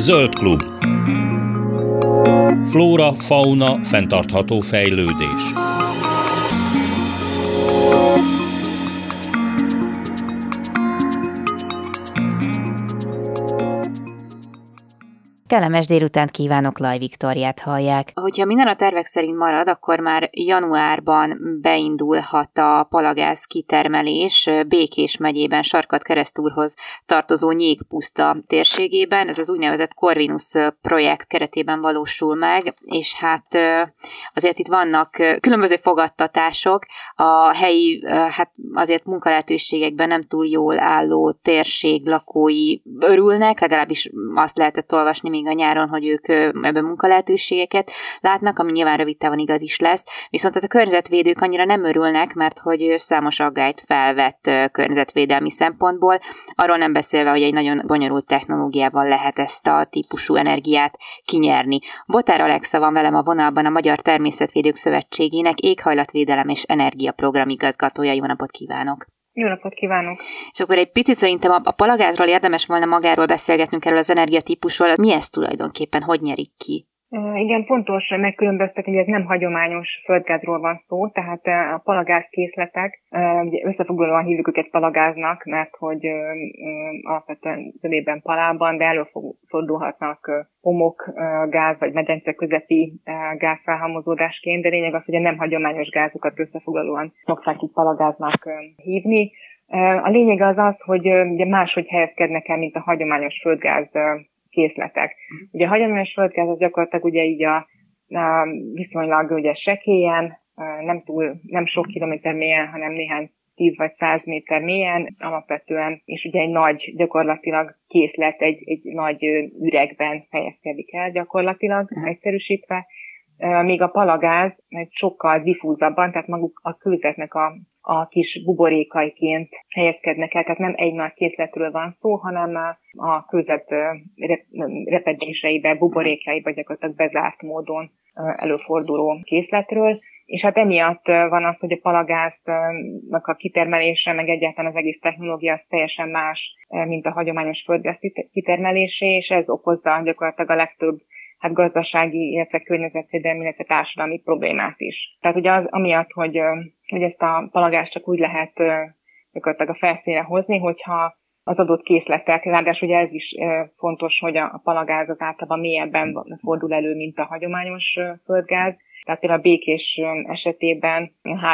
Zöld klub. Flóra, fauna, fenntartható fejlődés. Kellemes délutánt kívánok, Laj Viktóriát hallják. Hogyha minden a tervek szerint marad, akkor már januárban beindulhat a palagáz kitermelés Békés megyében, Sarkad-Keresztúrhoz tartozó Nyékpuszta térségében. Ez az úgynevezett Corvinus projekt keretében valósul meg, és hát azért itt vannak különböző fogadtatások. A helyi, azért munkalehetőségekben nem túl jól álló térség lakói örülnek, legalábbis azt lehetett olvasni még a nyáron, hogy ők ebben munkalehetőségeket látnak, ami nyilván rövid távon igaz is lesz, viszont a környezetvédők annyira nem örülnek, mert hogy számos aggályt felvett környezetvédelmi szempontból, arról nem beszélve, hogy egy nagyon bonyolult technológiával lehet ezt a típusú energiát kinyerni. Botár Alexa van velem a vonalban, a Magyar Természetvédők Szövetségének éghajlatvédelem és energiaprogram igazgatója. Jó napot kívánok! Jó napot kívánok! És akkor egy picit szerintem a palagázról érdemes volna magáról beszélgetnünk, erről az energiatípusról. Mi ez tulajdonképpen? Hogy nyerik ki? Igen, fontos megkülönböztetni, hogy ez nem hagyományos földgázról van szó, tehát a palagázkészletek, ugye összefoglalóan hívjuk őket palagáznak, mert hogy alapvetően zölében palában, de előfordulhatnak homokgáz vagy medence közepi gázfelhalmozódásként, de lényeg az, hogy a nem hagyományos gázokat összefoglalóan szokták így palagáznak hívni. A lényeg az az, hogy ugye máshogy helyezkednek el, mint a hagyományos földgáz készletek. Ugye a hagyományos földgáz az gyakorlatilag ugye így a viszonylag ugye sekélyen, nem sok kilométer mélyen, hanem néhány 10 vagy 100 méter mélyen alapvetően, és ugye egy nagy gyakorlatilag készlet egy nagy üregben helyezkedik el gyakorlatilag, egyszerűsítve, míg a palagáz egy sokkal diffúzabban, tehát maguk a kőzetnek a kis buborékaiként helyezkednek el, tehát nem egy nagy készletről van szó, hanem a kőzet repedéseibe, buborékjaiba gyakorlatilag bezárt módon előforduló készletről, és hát emiatt van az, hogy a palagáznak a kitermelése, meg egyáltalán az egész technológia az teljesen más, mint a hagyományos földgáz kitermelésé, és ez okozza gyakorlatilag a legtöbb gazdasági, illetve környezetvédelmi, illetve társadalmi problémát is. Tehát ugye az, amiatt, hogy ezt a palagázt csak úgy lehet gyakorlatilag a felszínre hozni, hogyha az adott készletek, ráadásul ugye ez is fontos, hogy a palagáz az általában mélyebben fordul elő, mint a hagyományos földgáz. Tehát például a Békés esetében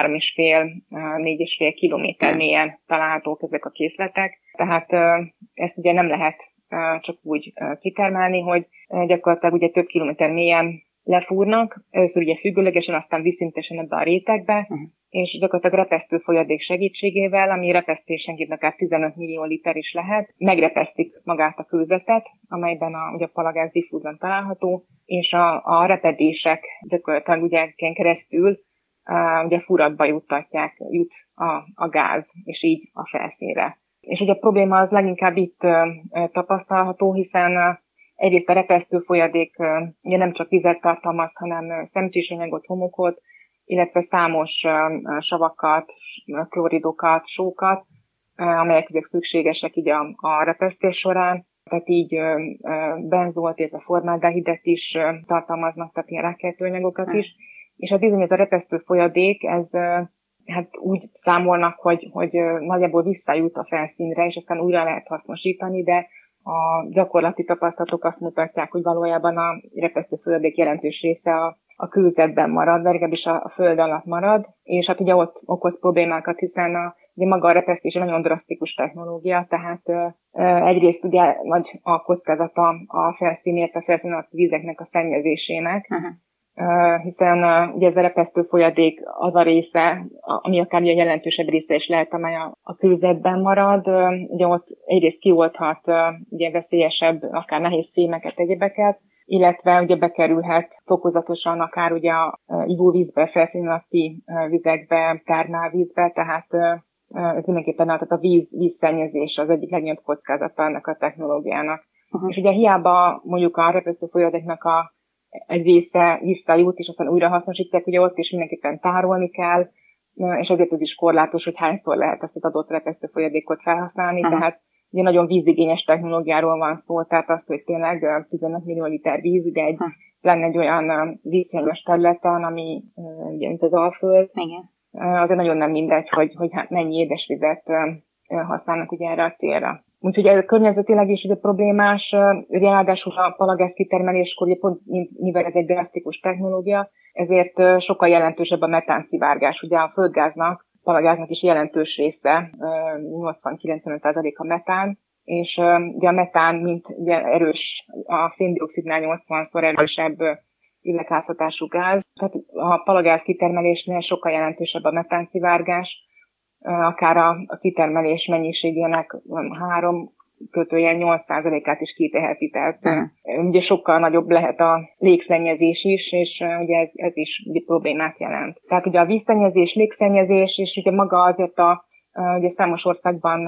3,5-4,5 kilométer mélyen találhatók ezek a készletek. Tehát ezt ugye nem lehet csak úgy kitermelni, hogy gyakorlatilag ugye több kilométer mélyen lefúrnak, először ugye függőlegesen, aztán vízszintesen ebbe a rétegbe, és gyakorlatilag repesztő folyadék segítségével, ami repesztésenként akár 15 millió liter is lehet, megrepesztik magát a kőzetet, amelyben ugye a palagáz diffúzan található, és a repedések gyakorlatilag ugye keresztül ugye furatba jut a gáz, és így a felszínre. És ugye a probléma az leginkább itt tapasztalható, hiszen egyrészt a repesztő folyadék ugye nem csak vizet tartalmaz, hanem szemcsésanyagot, homokot, illetve számos savakat, kloridokat, sókat, amelyek ugye szükségesek így a repesztés során. Tehát így benzolt, illetve formaldehidet is tartalmaznak, tehát ilyen rákkeltő anyagokat is. És hát bizony ez a repesztő folyadék, ez hát úgy számolnak, hogy nagyjából visszajut a felszínre, és aztán újra lehet hasznosítani, de a gyakorlati tapasztalatok azt mutatják, hogy valójában a repesztő folyadék jelentős része a kőzetben marad, vagy legalábbis a föld alatt marad, és hát ugye ott okoz problémákat, hiszen ugye maga a repesztés egy nagyon drasztikus technológia, tehát egyrészt ugye nagy a kockázata a felszín, illetve a felszín alatti vízeknek a szennyezésének, hiszen ugye ez a repesztő folyadék az a része, ami akár ugye jelentősebb része is lehet, amely a kőzetben marad. Ugye ott egyrészt kiolthat ugye veszélyesebb, akár nehéz fémeket, egyébeket, illetve ugye bekerülhet fokozatosan akár ugye a ivóvízbe, felszín alatti vizekbe, termálvízbe, tehát ez mindenképpen tehát a vízszennyezés az egyik legnagyobb kockázata ennek a technológiának. És ugye hiába mondjuk a repesztő folyadéknak egy része visszajut, és aztán újra hasznosítják, ugye ott is mindenképpen tárolni kell, és azért az is korlátos, hogy hányszor lehet ezt az adott repesztő folyadékot felhasználni, tehát ugye nagyon vízigényes technológiáról van szó, tehát az, hogy tényleg 15 millió liter víz, de lenne egy olyan vízhiányos területen, ami ugye, mint az Alföld. Igen. Azért nagyon nem mindegy, hogy hát mennyi édesvizet használnak ugye erre a célra. Úgyhogy ez környezetileg is ugye problémás, ráadásul a palagáz kitermeléskor, ugye pont mivel ez egy drasztikus technológia, ezért sokkal jelentősebb a metánszivárgás. Ugye a földgáznak, palagáznak is jelentős része, 80-95% a metán, és ugye a metán, mint ugye erős, a széndioxidnál 80-szor erősebb üvegházhatású gáz. Tehát a palagáz kitermelésnél sokkal jelentősebb a metánszivárgás, akár a kitermelés mennyiségének 3-8%-át is kiteheti. Tehát ugye sokkal nagyobb lehet a légszennyezés is, és ugye ez is ugye problémát jelent. Tehát ugye a vízszennyezés, légszennyezés, és ugye maga azért ugye számos országban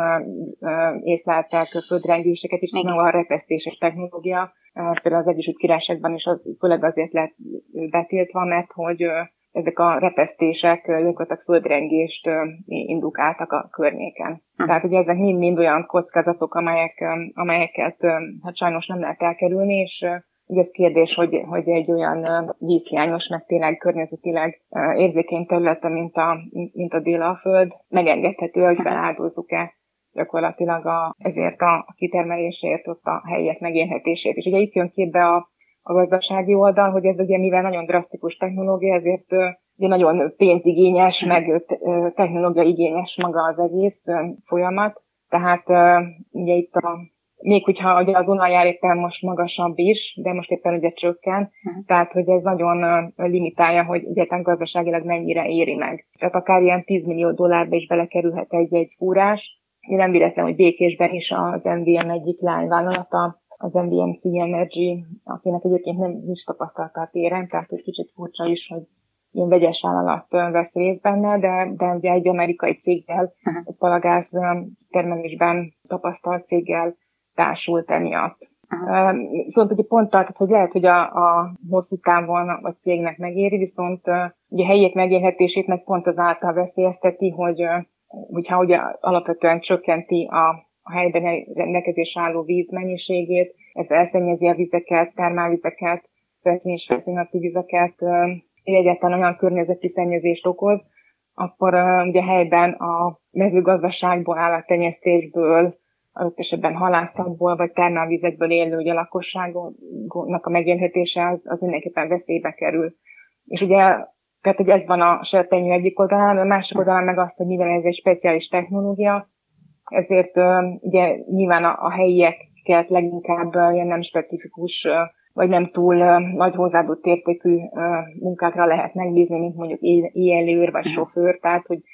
észleltek földrengéseket is, meg a repesztéses technológia. Például az Egyesült Királyságban is főleg azért lett betiltva, mert hogy ezek a repesztések gyakorlatilag földrengést indukáltak a környéken. Tehát ugye ezek mind olyan kockázatok, amelyeket hát sajnos nem lehet elkerülni, és ugye ez kérdés, hogy egy olyan vízhiányos, meg tényleg környezetileg érzékeny területe, mint a Dél-Alföld, megengedhető, hogy feláldozzuk-e gyakorlatilag ezért a kitermelésért, ott a helyiek megélhetését. És ugye itt jön képbe a gazdasági oldal, hogy ez ugye mivel nagyon drasztikus technológia, ezért ugye nagyon pénzigényes, meg technológiaigényes maga az egész folyamat. Tehát ugye itt még hogyha ugye az olajár éppen most magasabb is, de most éppen ugye csökken, tehát hogy ez nagyon limitálja, hogy egyáltalán gazdaságilag mennyire éri meg. Tehát akár ilyen 10 millió dollárba is belekerülhet egy fúrás. Én nem véletlen, hogy Békésben is az MVM egyik lányvállalata, az MVMC Energy, akinek egyébként nem is tapasztalta a téren, tehát hogy kicsit furcsa is, hogy ilyen vegyes vállalat vesz részt benne, de ugye egy amerikai céggel, egy palagáz termelésben tapasztalt céggel társult emiatt. Viszont ugye pont tartott, hogy lehet, hogy a hosszú távon a cégnek megéri, viszont ugye helyiek megélhetését meg pont azáltal veszélyezteti, hogyha ugye alapvetően csökkenti a helyben rendelkezésre álló víz mennyiségét, ez elszennyezi a vizeket, termálvizeket, feszületi vizeket, egyáltalán olyan környezeti szennyezést okoz, akkor ugye helyben a mezőgazdaságból, állattenyésztésből, adott esetben halászatból vagy termálvizekből élő ugye lakosságnak a megélhetése az mindenképpen veszélybe kerül. És ugye, tehát hogy ez van a serpenyő egyik oldalán, a másik oldalán meg azt, hogy mivel ez egy speciális technológia, ezért ugye nyilván a helyieket leginkább ilyen nem specifikus, vagy nem túl nagy hozzáadott értékű munkákra lehet megbízni, mint mondjuk éjjelőr vagy sofőr, tehát hogy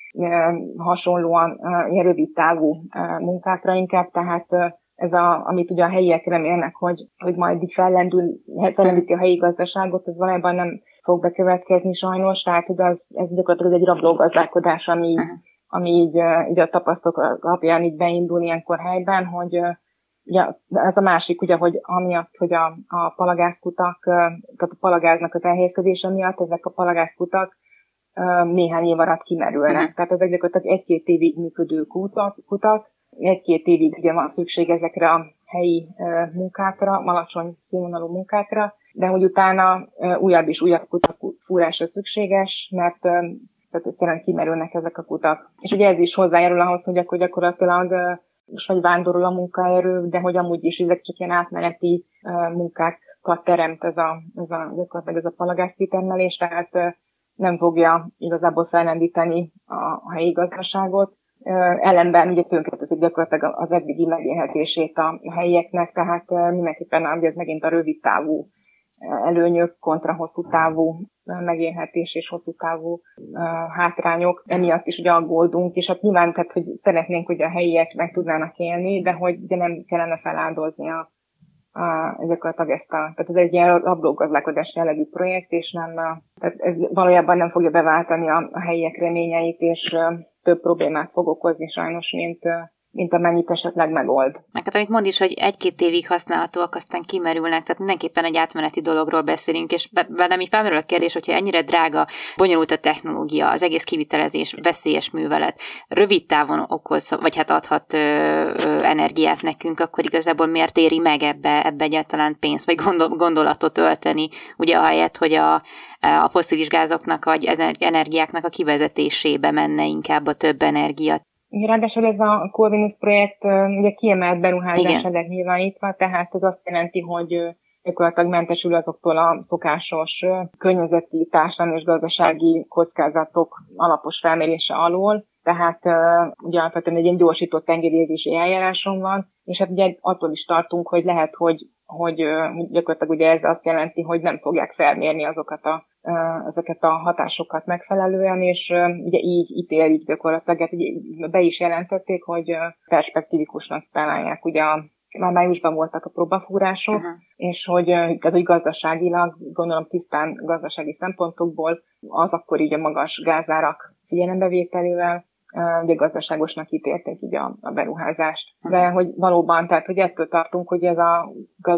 hasonlóan ilyen rövid távú munkákra inkább, tehát ez amit ugye a helyiek remélnek, hogy majd így fellendíti a helyi gazdaságot, az valójában nem fog bekövetkezni sajnos, tehát hogy ez gyakorlatilag egy rablógazdálkodás, ami így a tapasztalatok alapján így beindul ilyenkor helyben, hogy ugye, ez a másik, ugye, hogy amiatt, hogy a palagázkutak, tehát a palagáznak az elhelyezkedése miatt ezek a palagázkutak néhány év alatt kimerülnek. Tehát ezek gyakorlatilag 1-2 évig működő kutak, 1-2 évig ugye van szükség ezekre a helyi munkákra, alacsony színvonalú munkákra, de hogy utána újabb és újabb kutak fúrásra szükséges, mert tehát egyszerűen kimerülnek ezek a kutak. És ugye ez is hozzájárul ahhoz, hogy akkor gyakorlatilag most vagy vándorol a munkaerő, de hogy amúgy is ezek csak ilyen átmeneti munkákat teremt gyakorlatilag ez a palagáz kitermelés, tehát nem fogja igazából fellendíteni a helyi gazdaságot. Ellenben ugye tönkreteszik gyakorlatilag az eddigi megélhetését a helyieknek, tehát mindenképpen ugye ez megint a rövid távú előnyök kontra hosszú távú megélhetés és hosszú távú hátrányok. Emiatt is ugye aggódunk, és hát nyilván, tehát, hogy szeretnénk, hogy a helyiek meg tudnának élni, de hogy ugye nem kellene feláldozni gyakorlatilag tehát ez egy ilyen rablógazdálkodás jellegű projekt, és tehát ez valójában nem fogja beváltani a helyiek reményeit, és több problémát fog okozni sajnos, mint amennyit esetleg megold. Meg hát amit mond is, hogy 1-2 évig használhatóak, aztán kimerülnek, tehát mindenképpen egy átmeneti dologról beszélünk, és bennem így felmerül a kérdés, hogyha ennyire drága, bonyolult a technológia, az egész kivitelezés, veszélyes művelet, rövid távon okoz, vagy hát adhat energiát nekünk, akkor igazából miért éri meg ebbe egyáltalán pénzt, vagy gondolatot ölteni, ugye ahelyett, hogy a fosszilis gázoknak, vagy energiáknak a kivezetésébe menne inkább a több energia. Ráadásul ez a Corvinus projekt ugye kiemelt beruházás lett nyilvánítva, tehát ez azt jelenti, hogy gyakorlatilag mentesül azoktól a szokásos környezeti, társadalmi és gazdasági kockázatok alapos felmérése alól, tehát ugye alapvetően egy ilyen gyorsított engedélyezési eljáráson van, és hát ugye attól is tartunk, hogy lehet, hogy gyakorlatilag ugye ez azt jelenti, hogy nem fogják felmérni ezeket a hatásokat megfelelően, és ugye így ítélik gyakorlatilag, hát ugye be is jelentették, hogy perspektívikusnak találják. Ugye már májusban voltak a próbafúrások, és hogy gazdaságilag, gondolom tisztán gazdasági szempontokból, az akkor így a magas gázárak figyelembevételével, ugye gazdaságosnak ítélték így a beruházást. De hogy valóban, tehát hogy ettől tartunk, hogy ez a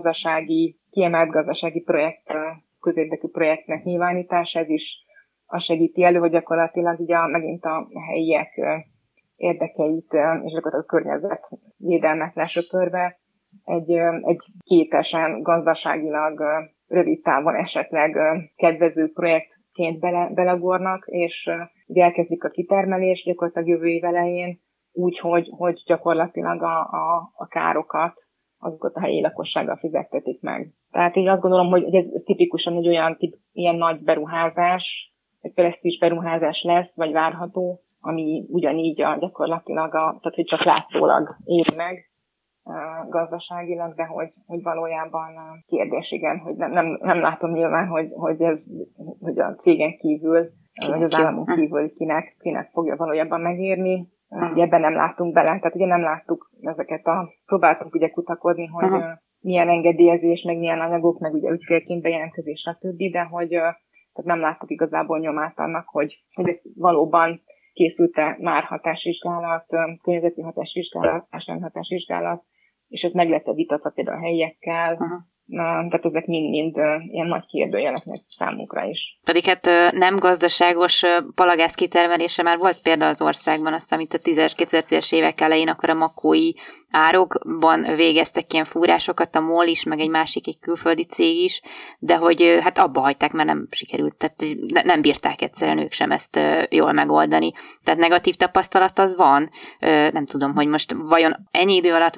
kiemelt gazdasági projekt, közérdekű projektnek nyilvánítása, ez is azt segíti elő, hogy gyakorlatilag ugye megint a helyiek érdekeit és gyakorlatilag a környezetvédelmet lesöpörve egy kétesen gazdaságilag rövid távon esetleg kedvező projektként belegornak, és ugye elkezdik a kitermelést gyakorlatilag jövő év elején, úgyhogy gyakorlatilag a károkat azokat a helyi lakossággal fizettetik meg. Tehát én azt gondolom, hogy ez tipikusan egy olyan ilyen nagy beruházás, egy presztízs beruházás lesz, vagy várható, ami ugyanígy gyakorlatilag, tehát hogy csak látszólag éri meg gazdaságilag, de hogy valójában kérdés, igen, hogy nem látom nyilván, hogy a cégen kívül, vagy az államon kívül kinek fogja valójában megérni. Ugye ebben nem láttunk bele, tehát ugye nem láttuk ezeket próbáltunk ugye kutakodni, hogy milyen engedélyezés, meg milyen anyagok, meg ugye ügyfélként bejelentkezés, stb., de hogy tehát nem láttuk igazából nyomát annak, hogy ez valóban készült-e már hatásvizsgálat, környezeti hatásvizsgálat, társadalmi hatásvizsgálat, és ez meg lett vitatva például a helyiekkel, tehát ezek mind ilyen nagy kérdőjeleknek számunkra is. Pedig hát nem gazdaságos palagáz kitermelése már volt példa az országban, aztán itt a 2010-es évek elején akkor a makói árokban végeztek ilyen fúrásokat, a MOL is, meg egy külföldi cég is, de hogy hát abba hagyták, mert nem sikerült, tehát nem bírták egyszerűen ők sem ezt jól megoldani. Tehát negatív tapasztalat az van, nem tudom, hogy most vajon ennyi idő alatt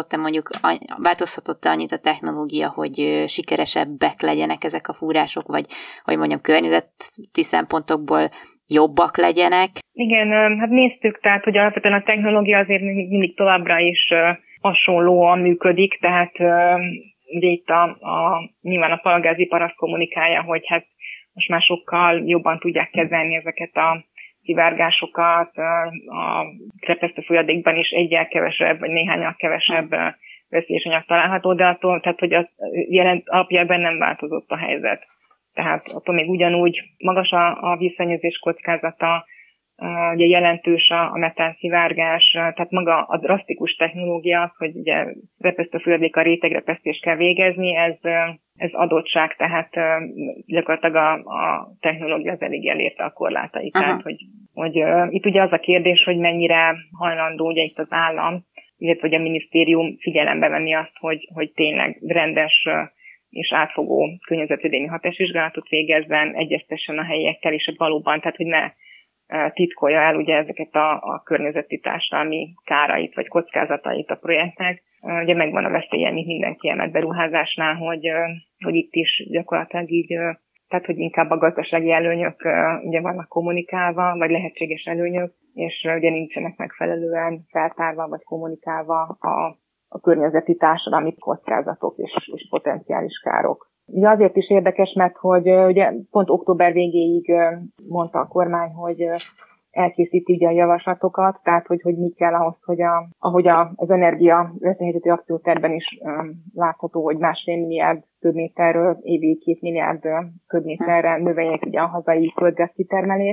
változhatott annyit a technológia, hogy sikeresebbek legyenek ezek a fúrások, vagy hogy mondjam, környezeti szempontokból jobbak legyenek? Igen, hát néztük, tehát hogy alapvetően a technológia azért mindig továbbra is hasonlóan működik, tehát ugye itt nyilván a palagázipar azt kommunikálja, hogy hát most már sokkal jobban tudják kezelni ezeket a szivárgásokat, a repesztő folyadékban is egyel kevesebb, vagy néhányan kevesebb veszélyes anyag található, de attól, tehát hogy az alapjában nem változott a helyzet. Tehát attól még ugyanúgy magas a vízszennyezés kockázata, ugye jelentős a metánszivárgás, tehát maga a drasztikus technológia az, hogy ugye repesztőföldékkal rétegrepesztést kell végezni, ez adottság, tehát gyakorlatilag a technológia az elég elérte a korlátait. Tehát, hogy itt ugye az a kérdés, hogy mennyire hajlandó ugye itt az állam, illetve hogy a minisztérium figyelembe venni azt, hogy tényleg rendes és átfogó környezetvédelmi hatásvizsgálatot végezzen, egyeztessen a helyiekkel, és valóban, tehát hogy ne titkolja el ugye ezeket a környezeti társadalmi kárait vagy kockázatait a projektnek. Ugye megvan a veszélye, mint minden kiemelt beruházásnál, hogy itt is gyakorlatilag így, tehát hogy inkább a gazdasági előnyök ugye vannak kommunikálva, vagy lehetséges előnyök, és ugye nincsenek megfelelően feltárva vagy kommunikálva a környezeti társadalmi kockázatok és potenciális károk. Ugye azért is érdekes, mert hogy ugye pont október végéig mondta a kormány, hogy elkészíti ugye a javaslatokat, tehát hogy mi kell ahhoz, hogy az energia veszélyhelyzeti akciótervben is látható, hogy 1,5 milliárd köbméterről évi 2 milliárd köbméterre növeljék ugye a hazai földgáz kitermelést,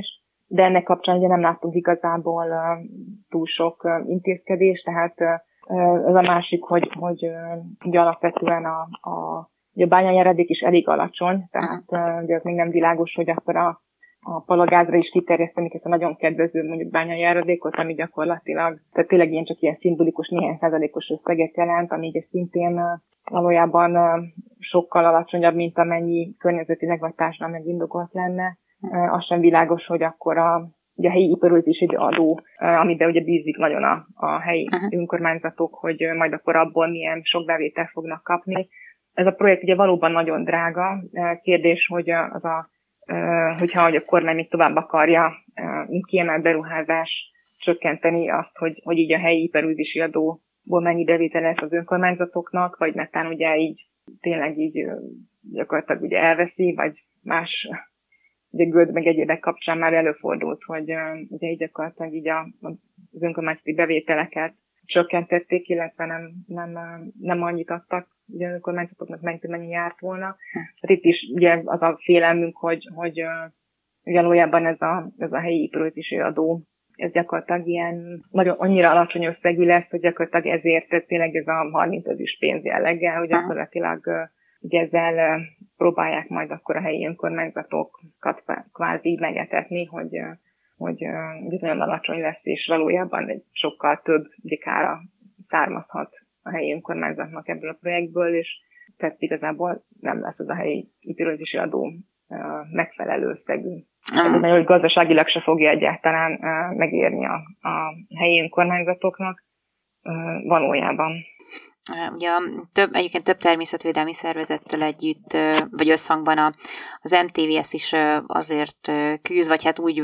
de ennek kapcsán ugye nem láttunk igazából túl sok intézkedést, tehát ez a másik, hogy ugye alapvetően ugye a bányajáradék is elég alacsony, tehát ugye az még nem világos, hogy akkor a palagázra is kiterjesztenik ezt a nagyon kedvező mondjuk bányajáradékot, ami gyakorlatilag, tehát tényleg ilyen csak ilyen szimbolikus néhány százalékos összeget jelent, ami ugye szintén valójában sokkal alacsonyabb, mint amennyi környezetileg vagy társadalmilag indokolt lenne. Az sem világos, hogy akkor ugye a helyi iparüzési adó, amiben ugye bízik nagyon a helyi önkormányzatok, hogy majd akkor abból milyen sok bevételt fognak kapni. Ez a projekt ugye valóban nagyon drága. Kérdés, hogy hogyha a kormány még tovább akarja, mint kiemelt beruházás csökkenteni azt, hogy így a helyi iparüzési adóból mennyi bevétel lesz az önkormányzatoknak, vagy netán ugye így tényleg így gyakorlatilag ugye elveszi, vagy más ugye göld meg egyébek kapcsán már előfordult, hogy ugye így gyakorlatilag így az önkormányzati bevételeket csökkentették, illetve nem annyit adtak ugye az önkormányzatoknak, mennyi járt volna. Hát itt is ugye az a félelmünk, hogy valójában ez a helyi iparüzési adó, ez gyakorlatilag ilyen nagyon annyira alacsony összegű lesz, hogy gyakorlatilag ezért tényleg ez a 30 ezüst pénz jelleggel, hogy gyakorlatilag ugye ezzel próbálják majd akkor a helyi önkormányzatokat kvázi megetetni, hogy ez nagyon alacsony lesz, és valójában egy sokkal több kára származhat a helyi önkormányzatnak ebből a projektből, és tehát igazából nem lesz az a helyi iparüzési adó megfelelő összegű. Tehát hogy gazdaságilag se fogja egyáltalán megérni a helyi önkormányzatoknak valójában. Ugye egyébként több természetvédelmi szervezettel együtt, vagy összhangban az MTVS is azért küzd, vagy hát úgy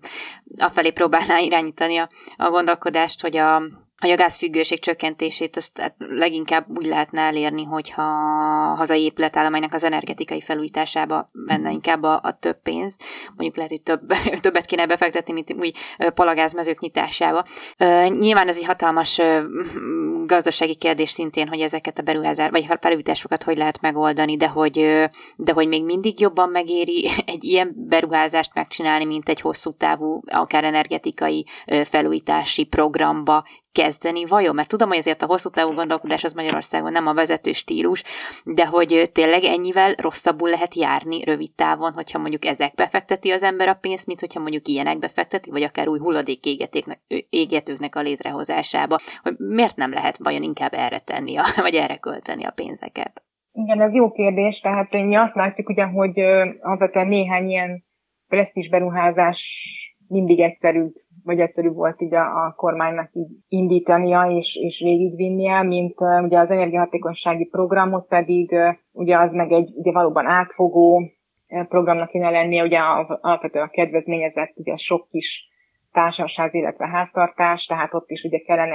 afelé próbálná irányítani a gondolkodást, hogy a gázfüggőség csökkentését azt hát leginkább úgy lehetne elérni, hogyha a hazai épületállománynak az energetikai felújításába menne inkább a több pénz. Mondjuk lehet, hogy többet kéne befektetni, mint új palagázmezők nyitásába. Nyilván ez egy hatalmas gazdasági kérdés szintén, hogy ezeket a beruházás, vagy felújításokat hogy lehet megoldani, de hogy még mindig jobban megéri egy ilyen beruházást megcsinálni, mint egy hosszú távú, akár energetikai felújítási programba kezdeni vajon? Mert tudom, hogy azért a hosszú távú gondolkodás az Magyarországon nem a vezető stílus, de hogy tényleg ennyivel rosszabbul lehet járni rövid távon, hogyha mondjuk ezekbe fekteti az ember a pénzt, mint hogyha mondjuk ilyenekbe fekteti, vagy akár új hulladékégetőknek a létrehozásába. Hogy miért nem lehet vajon inkább erre tenni, vagy erre költeni a pénzeket? Igen, ez jó kérdés, tehát mi azt látjuk ugye, hogy alapvetően néhány ilyen presztízs beruházás mindig egyszerűbb volt így a kormánynak így indítania és végigvinnie, mint ugye az energiahatékonysági programot pedig ugye az meg egy ugye valóban átfogó programnak kéne lennie, ugye alapvetően a kedvezményezett ugye sok kis társaság, illetve háztartás, tehát ott is ugye kellene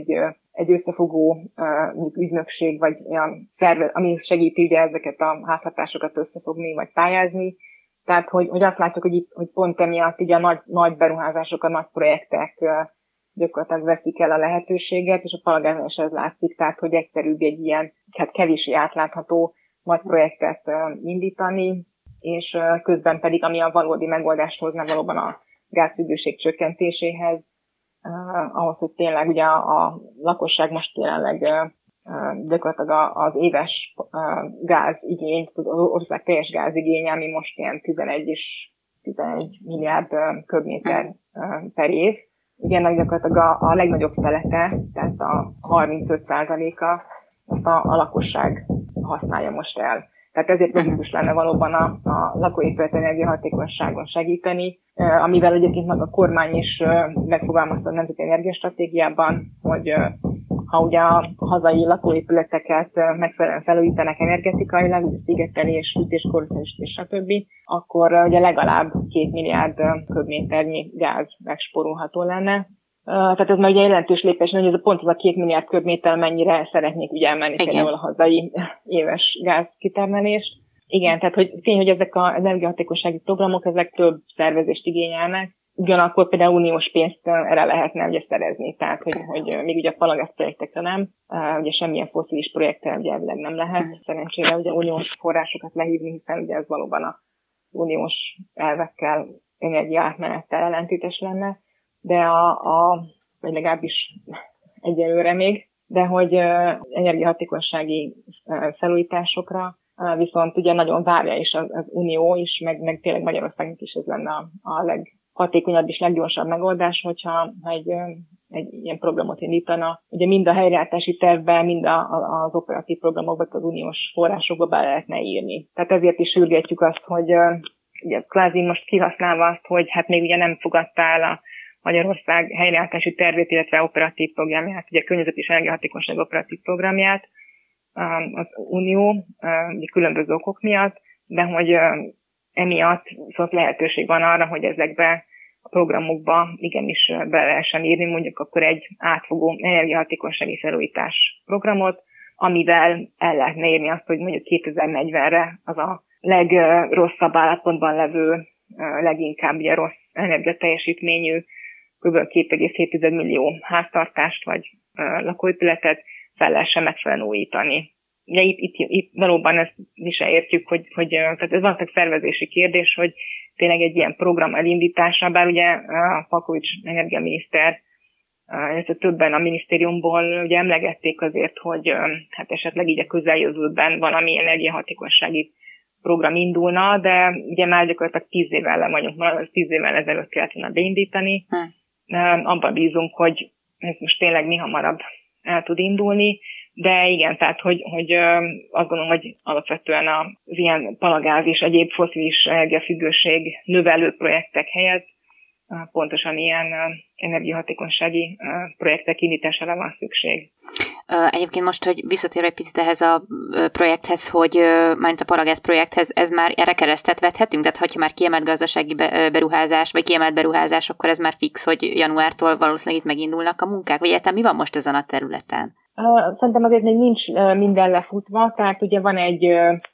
egy összefogó ügynökség, vagy olyan szervezet, ami segíti ugye ezeket a háztartásokat összefogni, vagy pályázni. Tehát, hogy azt látjuk, hogy pont emiatt így a nagy beruházások, a nagy projektek gyakorlatilag veszik el a lehetőséget, és a palagáznál is ez látszik, tehát, hogy egyszerűbb egy ilyen, hát kevéssé átlátható nagy projektet indítani, és közben pedig, ami a valódi megoldást hozna valóban a gázfüggőség csökkentéséhez, ahhoz, hogy tényleg ugye a lakosság most jelenleg gyakorlatilag az éves gázigény, az ország teljes gázigénye, ami most ilyen 11 milliárd köbméter per év. Ugyanak gyakorlatilag a legnagyobb felete, tehát a 35%-a azt a lakosság használja most el. Tehát ezért logikus lenne valóban a lakóépület energiahatékonyságon segíteni, amivel egyébként meg a kormány is megfogalmazta a Nemzeti Energiastratégiában, hogy ha ugye a hazai lakóépületeket megfelelően felújítanak energetikailag, ugye szigetelés, fűtéskorszerűsítés, stb., akkor ugye legalább 2 milliárd köbméternyi gáz megspórolható lenne. Tehát ez már ugye jelentős lépés, hogy ez pont az a 2 milliárd köbméter mennyire szeretnék ugye emelni például a hazai éves gáz kitermelést. Igen, tehát hogy tény, hogy ezek az energiahatékonysági programok, ezek több szervezést igényelnek, ugyanakkor például uniós pénzt erre lehetne ugye szerezni, tehát hogy még ugye a palagáz projektekre nem, ugye semmilyen fosszilis projektre ugye elvileg nem lehet szerencsére ugye uniós forrásokat lehívni, hiszen ugye ez valóban az uniós elvekkel energiaátmenettel ellentétes lenne, de vagy legalábbis egyelőre még, de hogy energiahatékonysági felújításokra viszont ugye nagyon várja is az Unió is, meg tényleg Magyarországnak is ez lenne a leghatékonyabb és leggyorsabb megoldás, hogyha egy ilyen programot indítana. Ugye mind a helyreállítási tervben, mind az operatív programokban, az uniós forrásokba be lehetne írni. Tehát ezért is sürgetjük azt, hogy ugye kvázi most kihasználva azt, hogy hát még ugye nem fogadta el a Magyarország helyreállítási tervét, illetve operatív programját, ugye környezet és energiahatékonyság operatív programját az Unió, ugye különböző okok miatt, de hogy emiatt szóval lehetőség van arra, hogy ezekbe a programokba igenis be lehessen írni, mondjuk akkor egy átfogó energiahatékonysági felújítás programot, amivel el lehetne írni azt, hogy mondjuk 2040-re az a legrosszabb állapotban levő, leginkább ugye rossz energiateljesítményű, kb. 2,7 millió háztartást vagy lakóépületet fel lehessen megfelelően újítani. Ugye itt valóban ezt mi se értjük, hogy tehát ez valószínűleg szervezési kérdés, hogy tényleg egy ilyen program elindítása, bár ugye a Palkovics energiaminiszter, illetve többen a minisztériumból ugye emlegették azért, hogy hát esetleg így a közeljövőben valami energiahatékonysági program indulna, de ugye már gyakorlatilag 10 évvel le vagyunk, 10 évvel ezelőtt kellett volna beindítani. Abban bízunk, hogy ez most tényleg mi hamarabb el tud indulni, de igen, tehát hogy azt gondolom, hogy alapvetően az ilyen palagáz és egyéb fosszilis energiafüggőség növelő projektek helyett pontosan ilyen energiahatékonysági projektek indítására van szükség. Egyébként most, hogy visszatérve egy picit ehhez a projekthez, hogy mármint a palagáz projekthez, ez már erre keresztet vethetünk? Tehát ha már kiemelt gazdasági beruházás, vagy kiemelt beruházás, akkor ez már fix, hogy januártól valószínűleg itt megindulnak a munkák? Vagy egyáltalán mi van most ezen a területen? Szerintem azért még nincs minden lefutva, tehát ugye van egy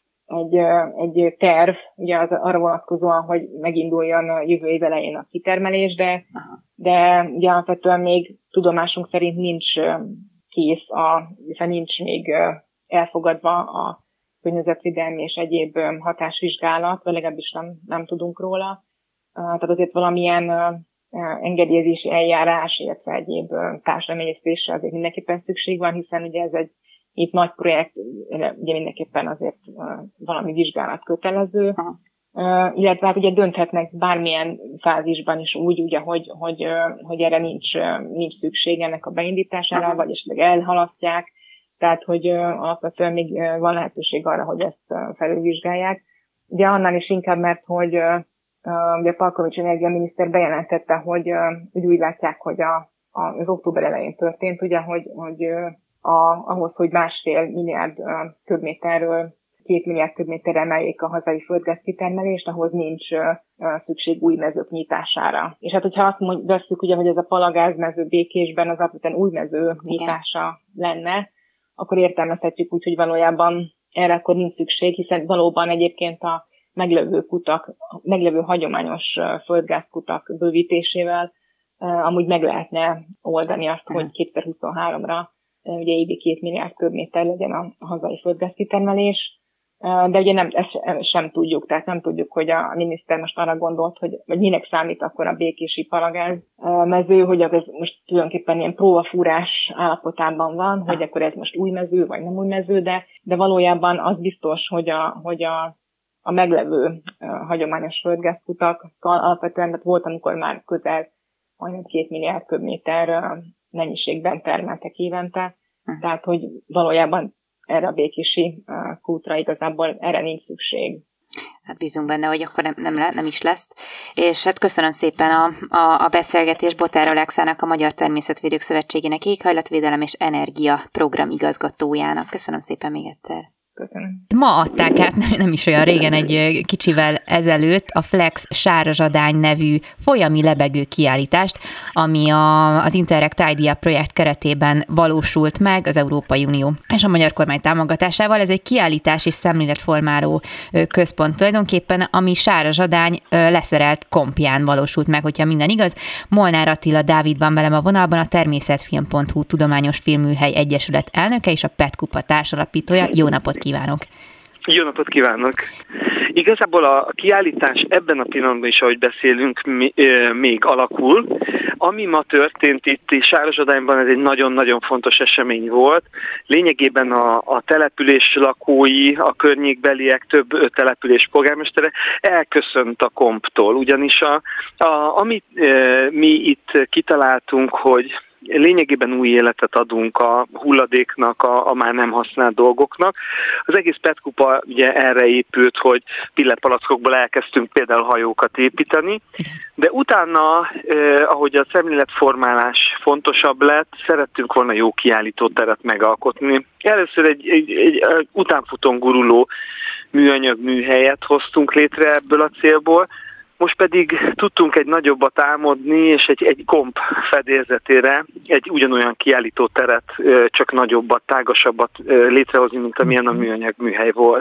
terv, ugye arra vonatkozóan, hogy meginduljon jövő év elején a kitermelés, de ugye alapvetően még tudomásunk szerint nincs kész, hiszen nincs még elfogadva a környezetvédelmi és egyéb hatásvizsgálat, vagy legalábbis nem tudunk róla. Tehát azért valamilyen engedélyezési eljárás, illetve egyéb társadalomegyeztésre azért mindenképpen szükség van, hiszen ugye ez egy itt nagy projekt, ugye mindenképpen azért valami vizsgálat kötelező, illetve hát ugye dönthetnek bármilyen fázisban is úgy, ugye, hogy erre nincs szükség ennek a beindítására, vagy esetleg elhalasztják, tehát hogy alapvetően még van lehetőség arra, hogy ezt felülvizsgálják. Ugye annál is inkább, mert hogy ugye Palkovics energiaminiszter bejelentette, hogy úgy látják, hogy az október elején történt, ugye, hogy ahhoz, hogy 1,5 milliárd köbméterről 2 milliárd köbméterre emeljék a hazai földgáz kitermelést, ahhoz nincs szükség új mezők nyitására. És hát, hogyha azt veszük, ugye, hogy ez a palagázmező Békésben az alapvetően új mező nyitása lenne, akkor értelmezhetjük úgy, hogy valójában erre akkor nincs szükség, hiszen valóban egyébként a meglevő hagyományos földgázkutak bővítésével amúgy meg lehetne oldani azt, hogy 2023-ra ugye évi 2 milliárd köbméter legyen a hazai földgázkitermelés, de ugye ezt sem tudjuk, tehát nem tudjuk, hogy a miniszter most arra gondolt, vagy minek számít akkor a békési palagáz mező, hogy ez most tulajdonképpen ilyen próbafúrás állapotában van, hogy akkor ez most új mező, vagy nem új mező, de valójában az biztos, hogy a meglevő hagyományos földgázkutak alapvetően, tehát volt, amikor már közel majdnem 2 milliárd köbméter mennyiségben termeltek évente, tehát hogy valójában erre a békési kútra igazából erre nincs szükség. Hát bízunk benne, hogy akkor nem is lesz. És hát köszönöm szépen a beszélgetést Botár Alexának, a Magyar Természetvédők Szövetségének éghajlatvédelem és energia program igazgatójának. Köszönöm szépen még egyszer. Köszönöm. Ma adták át, nem is olyan régen, egy kicsivel ezelőtt a Flex Sárazsadány nevű folyami lebegő kiállítást, ami az Interreg Tidy Up projekt keretében valósult meg az Európai Unió és a magyar kormány támogatásával. Ez egy kiállítás és szemléletformáló központ tulajdonképpen, ami Sárazsadány leszerelt kompján valósult meg, hogyha minden igaz. Molnár Attila Dávid van velem a vonalban, a Természetfilm.hu Tudományos Filmműhely Egyesület elnöke és a PET Kupa társalapítója. Jó napot kívánok! Jó napot kívánok! Igazából a kiállítás ebben a pillanatban is, ahogy beszélünk, még alakul. Ami ma történt itt Sárosodányban, ez egy nagyon-nagyon fontos esemény volt. Lényegében a település lakói, a környékbeliek, több település polgármestere elköszönt a komptól, ugyanis amit mi itt kitaláltunk, hogy lényegében új életet adunk a hulladéknak, a már nem használt dolgoknak. Az egész PET-kupa ugye erre épült, hogy pillepalackokból elkezdtünk például hajókat építeni, de utána, ahogy a szemléletformálás fontosabb lett, szerettünk volna jó kiállítóteret megalkotni. Először egy utánfutón guruló műanyag műhelyet hoztunk létre ebből a célból, most pedig tudtunk egy nagyobbat álmodni, és egy komp fedélzetére egy ugyanolyan kiállítóteret, csak nagyobbat, tágasabbat létrehozni, mint amilyen a műanyag műhely volt.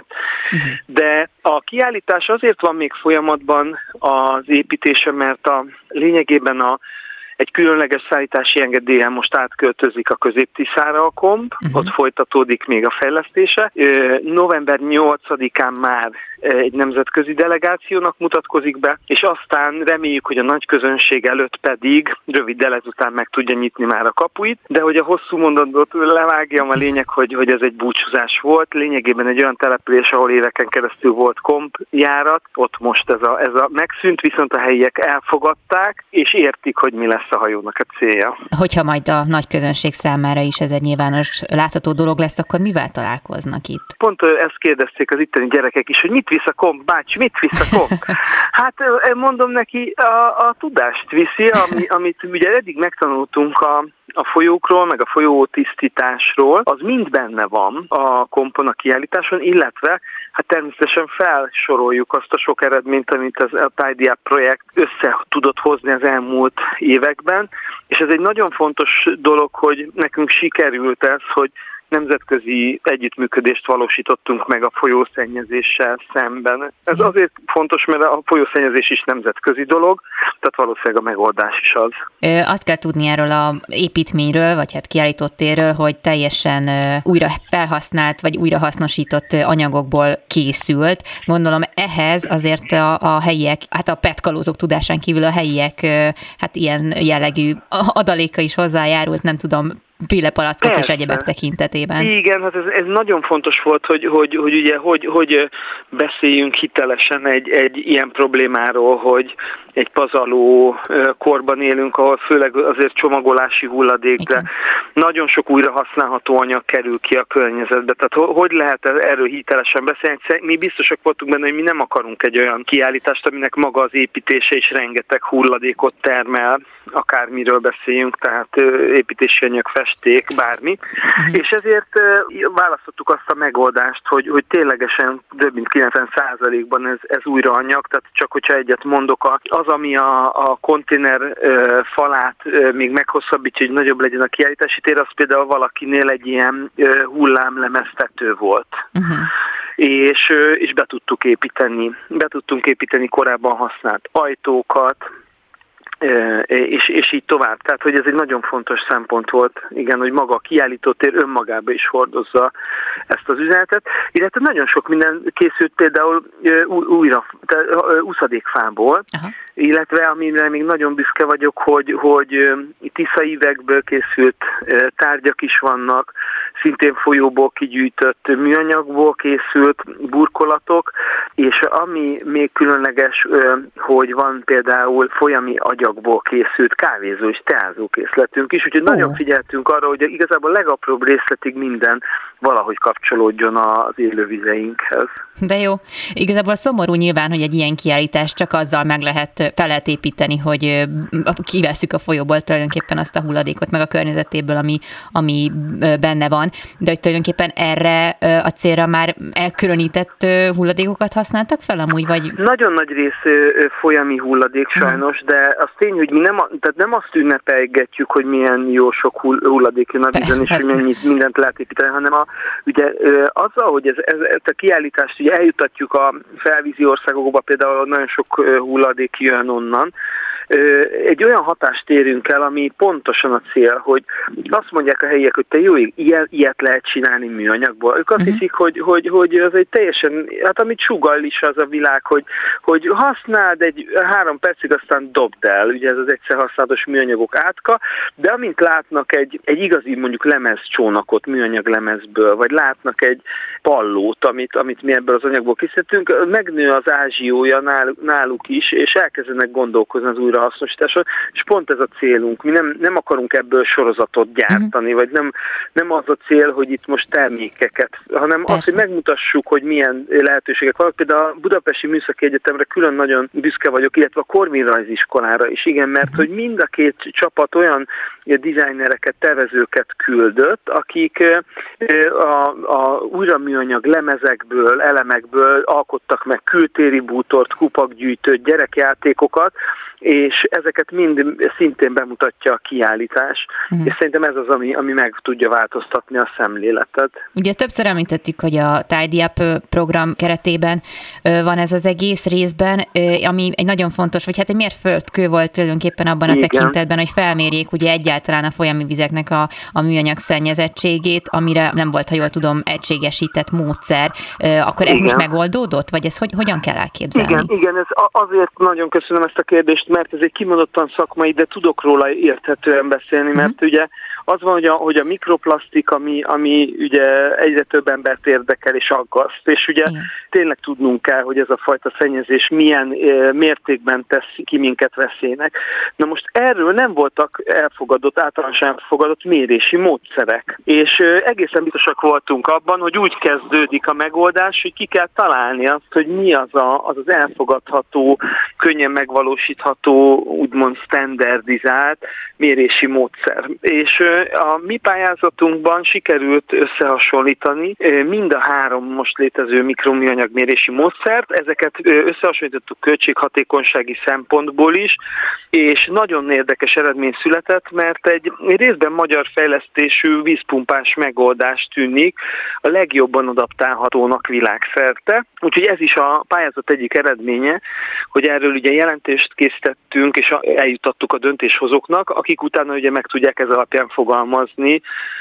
De a kiállítás azért van még folyamatban az építése, mert lényegében egy különleges szállítási engedéllyel most átköltözik a Közép-Tiszára a komp, ott folytatódik még a fejlesztése. November 8-án már egy nemzetközi delegációnak mutatkozik be, és aztán reméljük, hogy a nagy közönség előtt pedig röviddel ezután meg tudja nyitni már a kapuit, de hogy a hosszú mondatot levágjam, a lényeg, hogy ez egy búcsúzás volt. Lényegében egy olyan település, ahol éveken keresztül volt kompjárat, ott most ez a megszűnt, viszont a helyiek elfogadták, és értik, hogy mi lesz a hajónak a célja. Hogyha majd a nagy közönség számára is ez egy nyilvános látható dolog lesz, akkor mivel találkoznak itt? Pont ezt kérdezték az itteni gyerekek is, hogy mit visz a komp, bácsi, mit visz a komp? Hát mondom neki, a tudást viszi, amit ugye eddig megtanultunk a folyókról, meg a folyó tisztításról, az mind benne van a kompon, a kiállításon, illetve hát természetesen felsoroljuk azt a sok eredményt, amit a Tidy Up projekt össze tudott hozni az elmúlt években, és ez egy nagyon fontos dolog, hogy nekünk sikerült ez, hogy nemzetközi együttműködést valósítottunk meg a folyószennyezéssel szemben. Ez azért fontos, mert a folyószennyezés is nemzetközi dolog, tehát valószínűleg a megoldás is az. Azt kell tudni erről az építményről, vagy hát kiállított térről, hogy teljesen újra felhasznált, vagy újrahasznosított anyagokból készült. Gondolom ehhez azért a helyiek, hát a PET-kalózok tudásán kívül a helyiek hát ilyen jellegű adaléka is hozzájárult, nem tudom, pillepalackok és egyebek tekintetében. Igen, hát ez nagyon fontos volt, hogy beszéljünk hitelesen egy ilyen problémáról, hogy egy pazarló korban élünk, ahol főleg azért csomagolási hulladék, de nagyon sok újrahasználható anyag kerül ki a környezetbe. Tehát hogy lehet erről hitelesen beszélni? Mi biztosak voltunk benne, hogy mi nem akarunk egy olyan kiállítást, aminek maga az építése is rengeteg hulladékot termel, akármiről beszéljünk, tehát építési anyag, festék, bármi. És ezért választottuk azt a megoldást, hogy ténylegesen több mint 90%-ban ez újraanyag, tehát csak hogyha egyet mondok, az, ami a konténer falát még meghosszabbítja, hogy nagyobb legyen a kiállítási tér, az például valakinél egy ilyen hullámlemeztető volt. És be tudtunk építeni korábban használt ajtókat, és így tovább. Tehát, hogy ez egy nagyon fontos szempont volt, igen, hogy maga a kiállítótér önmagába is hordozza ezt az üzenetet, illetve nagyon sok minden készült például úszadékfából, illetve amire még nagyon büszke vagyok, hogy tiszaívekből készült tárgyak is vannak, szintén folyóból kigyűjtött műanyagból készült burkolatok, és ami még különleges, hogy van például folyami agyagból készült kávézó és teázó készletünk is, úgyhogy nagyon figyeltünk arra, hogy igazából legapróbb részletig minden valahogy kapcsolódjon az élővizeinkhez. De jó. Igazából szomorú nyilván, hogy egy ilyen kiállítást csak azzal fel lehet építeni, hogy kivesszük a folyóból tulajdonképpen azt a hulladékot, meg a környezetéből, ami benne van, de hogy tulajdonképpen erre a célra már elkülönített hulladékokat használtak fel amúgy, vagy? Nagyon nagy rész folyami hulladék sajnos, de az tény, hogy mi nem azt ünnepelgetjük, hogy milyen jó sok hulladék jön a vízen, és hogy mindent lehet építeni, hanem ugye azzal, hogy ezt a kiállítást ugye eljutatjuk a felvízi országokba, például nagyon sok hulladék jön onnan, egy olyan hatást érünk el, ami pontosan a cél, hogy azt mondják a helyiek, hogy te jó, ilyet lehet csinálni műanyagból. Ők azt hiszik, hogy az egy teljesen, hát amit sugall is az a világ, hogy használd egy 3 percig, aztán dobd el, ugye ez az egyszer használatos műanyagok átka, de amint látnak egy igazi mondjuk lemezcsónakot műanyag lemezből, vagy látnak egy pallót, amit mi ebből az anyagból készítünk, megnő az ázsiója náluk is, és elkezdenek gondolkozni az újrahasznosításon, és pont ez a célunk. Mi nem akarunk ebből sorozatot gyártani, vagy nem az a cél, hogy itt most termékeket, hanem az, hogy megmutassuk, hogy milyen lehetőségek vannak. Például a Budapesti Műszaki Egyetemre külön nagyon büszke vagyok, illetve a Korvin Rajziskolára is, igen, mert hogy mind a két csapat olyan dizájnereket, tervezőket küldött, akik a újraműanyag lemezekből, elemekből alkottak meg kültéri bútort, kupakgyűjtőt, gyerekjátékokat, és ezeket mind szintén bemutatja a kiállítás, és szerintem ez az, ami meg tudja változtatni a szemléletet. Ugye többször említettük, hogy a Tidy Up program keretében van ez az egész részben, ami egy nagyon fontos, vagy hát egy mérföldkő volt tulajdonképpen abban a tekintetben, hogy felmérjék ugye egyáltalán a folyami vizeknek a műanyag szennyezettségét, amire nem volt, ha jól tudom, egységesített módszer. Akkor ez most megoldódott, vagy ez hogyan kell elképzelni? Igen, ez azért nagyon köszönöm ezt a kérdést, mert ez egy kimondottan szakmai, de tudok róla érthetően beszélni, mert ugye az van, hogy a mikroplasztik, ami ugye egyre több embert érdekel és aggaszt, és ugye tényleg tudnunk kell, hogy ez a fajta szennyezés milyen mértékben tesz ki minket veszélynek. Na most erről nem voltak általánosan elfogadott mérési módszerek, és egészen biztosak voltunk abban, hogy úgy kezdődik a megoldás, hogy ki kell találni azt, hogy mi az az elfogadható, könnyen megvalósítható, úgymond standardizált mérési módszer. És a mi pályázatunkban sikerült összehasonlítani mind a 3 most létező mikroműanyag mérési módszert, ezeket összehasonlítottuk költséghatékonysági szempontból is, és nagyon érdekes eredmény született, mert egy részben magyar fejlesztésű vízpumpás megoldás tűnik a legjobban adaptálhatónak világszerte. Úgyhogy ez is a pályázat egyik eredménye, hogy erről ugye jelentést készítettünk, és eljuttattuk a döntéshozóknak, akik utána ugye meg tudják ez alapján fogalmazni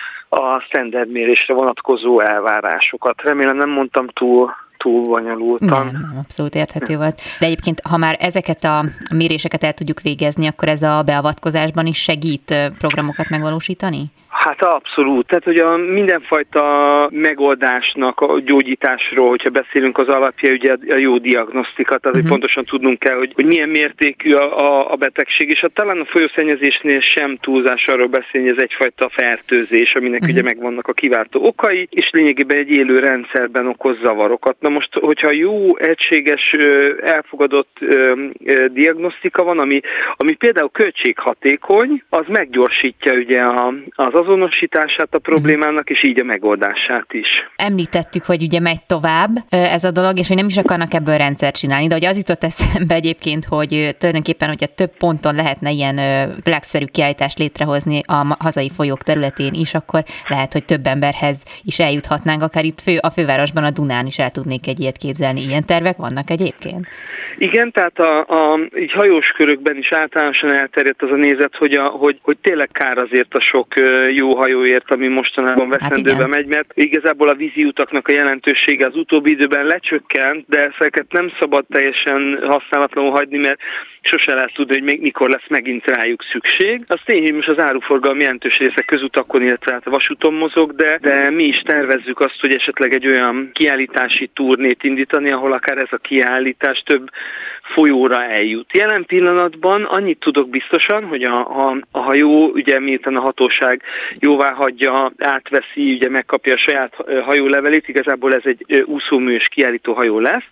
a standard mérésre vonatkozó elvárásokat. Remélem nem mondtam túl bonyolultan. Nem, abszolút érthető volt. De egyébként, ha már ezeket a méréseket el tudjuk végezni, akkor ez a beavatkozásban is segít programokat megvalósítani? Hát abszolút. Tehát, hogy a mindenfajta megoldásnak, a gyógyításról, hogyha beszélünk, az alapja ugye a jó diagnosztikat, azért pontosan tudnunk kell, hogy milyen mértékű a betegség, és talán a folyószennyezésnél sem túlzás arról beszélni, hogy ez egyfajta fertőzés, aminek ugye megvannak a kiváltó okai, és lényegében egy élő rendszerben okoz zavarokat. Na most, hogyha jó, egységes, elfogadott diagnosztika van, ami például költséghatékony, az meggyorsítja ugye az azonosítását a problémának, és így a megoldását is. Említettük, hogy ugye megy tovább ez a dolog, és hogy nem is akarnak ebből rendszert csinálni, de hogy az jutott eszembe egyébként, hogy tulajdonképpen, hogyha több ponton lehetne ilyen világszerű kiállítást létrehozni a hazai folyók területén is, akkor lehet, hogy több emberhez is eljuthatnánk, akár itt a fővárosban, a Dunán is el tudnék egy ilyet képzelni. Ilyen tervek vannak egyébként? Igen, tehát így hajós körökben is általánosan elterjedt az a nézet, hogy tényleg kár azért a sok jó hajóért, ami mostanában veszendőbe megy, mert igazából a vízi utaknak a jelentősége az utóbbi időben lecsökkent, de ezeket nem szabad teljesen használatlanul hagyni, mert sose lehet tudni, hogy mikor lesz megint rájuk szükség. Az tény, hogy most az áruforgalmi jelentős része közutakon, illetve hát a vasúton mozog, de mi is tervezzük azt, hogy esetleg egy olyan kiállítási turnét indítani, ahol akár ez a kiállítás több folyóra eljut. Jelen pillanatban annyit tudok biztosan, hogy a hajó, ugye miután a hatóság jóvá hagyja, átveszi, ugye megkapja a saját hajólevelét, igazából ez egy úszóműs kiállító hajó lesz,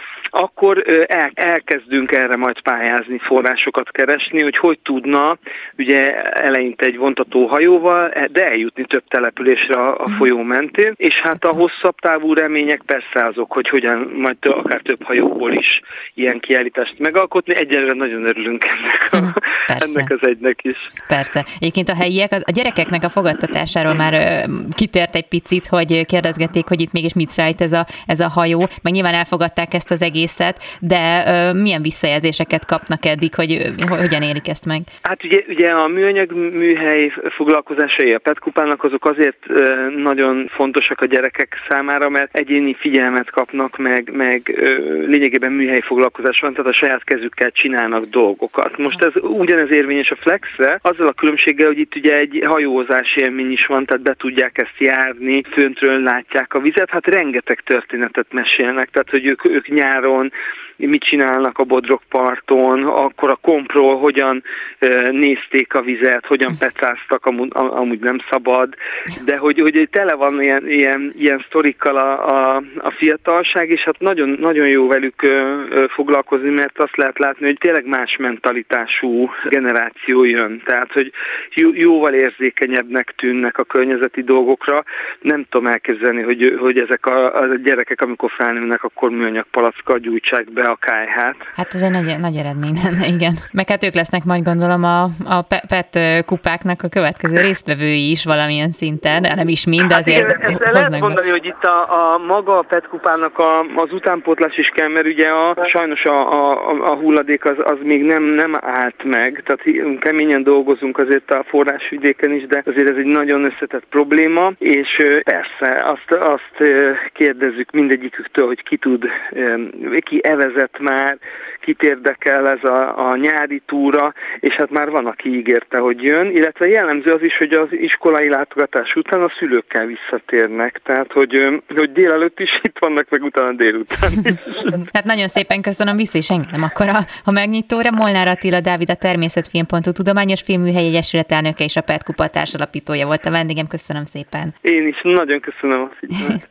akkor elkezdünk erre majd pályázni, forrásokat keresni, hogy tudna ugye eleinte egy vontató hajóval, de eljutni több településre a folyó mentén, és hát a hosszabb távú remények persze azok, hogy hogyan majd akár több hajóból is ilyen kiállítást megalkotni. Egyelőre nagyon örülünk ennek az egynek is. Persze. Egyébként a helyiek, a gyerekeknek a fogadtatásáról már kitért egy picit, hogy kérdezgették, hogy itt mégis mit szállít ez a hajó, meg nyilván elfogadták ezt az egész egészet, de milyen visszajelzéseket kapnak eddig, hogy hogyan élik ezt meg? Hát ugye a műanyag műhely foglalkozásai a PET kupának azok azért nagyon fontosak a gyerekek számára, mert egyéni figyelmet kapnak, meg lényegében műhely foglalkozás van, tehát a saját kezükkel csinálnak dolgokat. Most ez ugyanez érvényes a Flexre, azzal a különbséggel, hogy itt ugye egy hajózási élmény is van, tehát be tudják ezt járni, föntről látják a vizet, hát rengeteg történetet mesélnek, tehát hogy ők nyáron mit csinálnak a Bodrogparton, akkor a kompról hogyan nézték a vizet, hogyan pecáztak, amúgy nem szabad, de hogy tele van ilyen sztorikkal a fiatalság, és hát nagyon, nagyon jó velük foglalkozni, mert azt lehet látni, hogy tényleg más mentalitású generáció jön, tehát hogy jóval érzékenyebbnek tűnnek a környezeti dolgokra. Nem tudom elképzelni, hogy ezek a gyerekek, amikor felnőnek, akkor műanyag palackkal gyújtsák be a kályhát. Hát ez egy nagy eredmény lenne, igen. Meg hát ők lesznek majd gondolom a PET kupáknak a következő résztvevői is valamilyen szinten, de nem is mind, azért hát igen, lehet mondani, hogy itt a maga a PET kupának az utánpótlás is kell, mert ugye sajnos a hulladék az még nem állt meg, tehát keményen dolgozunk azért a forrásvidéken is, de azért ez egy nagyon összetett probléma, és persze azt kérdezzük mindegyiküktől, hogy ki evezett már, kit érdekel ez a nyári túra, és hát már van, aki ígérte, hogy jön, illetve jellemző az is, hogy az iskolai látogatás után a szülőkkel visszatérnek, tehát hogy délelőtt is itt vannak, meg utána délután is. Hát nagyon szépen köszönöm, vissza is engedem akkor a megnyitóra. Molnár Attila Dávid, a Természetfilm.hu Tudományos Filmműhely Egyesület elnöke és a PET kupa társalapítója volt a vendégem. Köszönöm szépen. Én is nagyon köszönöm a figyelmet.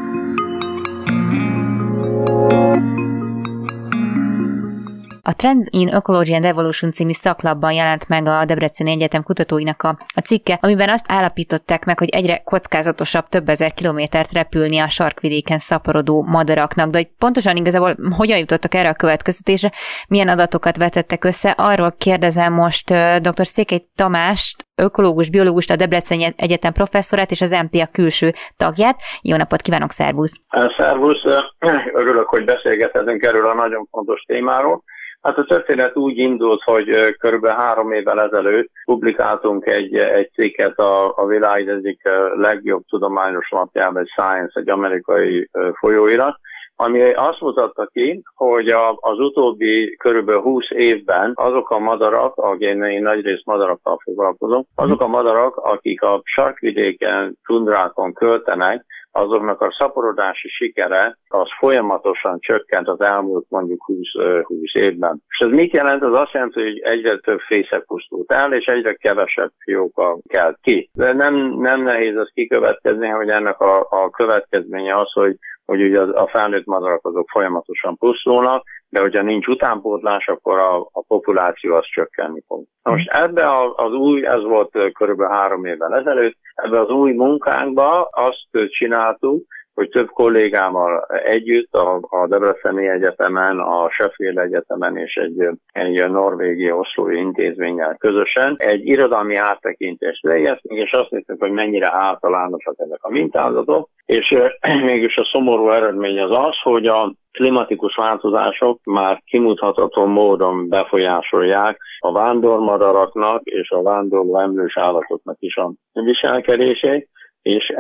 A Trends in Ecology and Evolution című szaklapban jelent meg a Debreceni Egyetem kutatóinak a cikke, amiben azt állapították meg, hogy egyre kockázatosabb több ezer kilométert repülni a sarkvidéken szaporodó madaraknak. De hogy pontosan igazából hogyan jutottak erre a következtetésre, milyen adatokat vetettek össze, arról kérdezem most dr. Székely Tamást, ökológus, biológust, a Debreceni Egyetem professzorát és az MTA külső tagját. Jó napot kívánok, szervusz! Szervusz! Örülök, hogy beszélgethetünk erről a nagyon fontos témáról. Hát a történet úgy indult, hogy körülbelül 3 évvel ezelőtt publikáltunk egy cikket a világ egyik legjobb tudományos lapjában, egy Science, egy amerikai folyóirat, ami azt mutatta ki, hogy az utóbbi körülbelül 20 évben azok a madarak, én nagyrészt madarakkal foglalkozom, azok a madarak, akik a sarkvidéken, tundrákon költenek, azoknak a szaporodási sikere az folyamatosan csökkent az elmúlt mondjuk 20 évben. És ez mit jelent? Az azt jelenti, hogy egyre több fészek pusztult el, és egyre kevesebb fióka kelt ki. De nem nehéz azt kikövetkezni, hogy ennek a következménye az, hogy ugye a felnőtt madarak azok folyamatosan pusztulnak, de hogyha nincs utánpótlás, akkor a populáció az csökkenni fog. Most ebbe ez volt körülbelül 3 évvel ezelőtt, ebbe az új munkánkba azt csináltuk, hogy több kollégámmal együtt a Debreceni Egyetemen, a Sheffield Egyetemen és egy norvégi oszlói intézménnyel közösen egy irodalmi áttekintést végeztünk, és azt néztük, hogy mennyire általánosak ezek a mintázatok, és mégis a szomorú eredmény az, hogy a klimatikus változások már kimutatható módon befolyásolják a vándormadaraknak és a vándorló emlős állatoknak is a viselkedését, és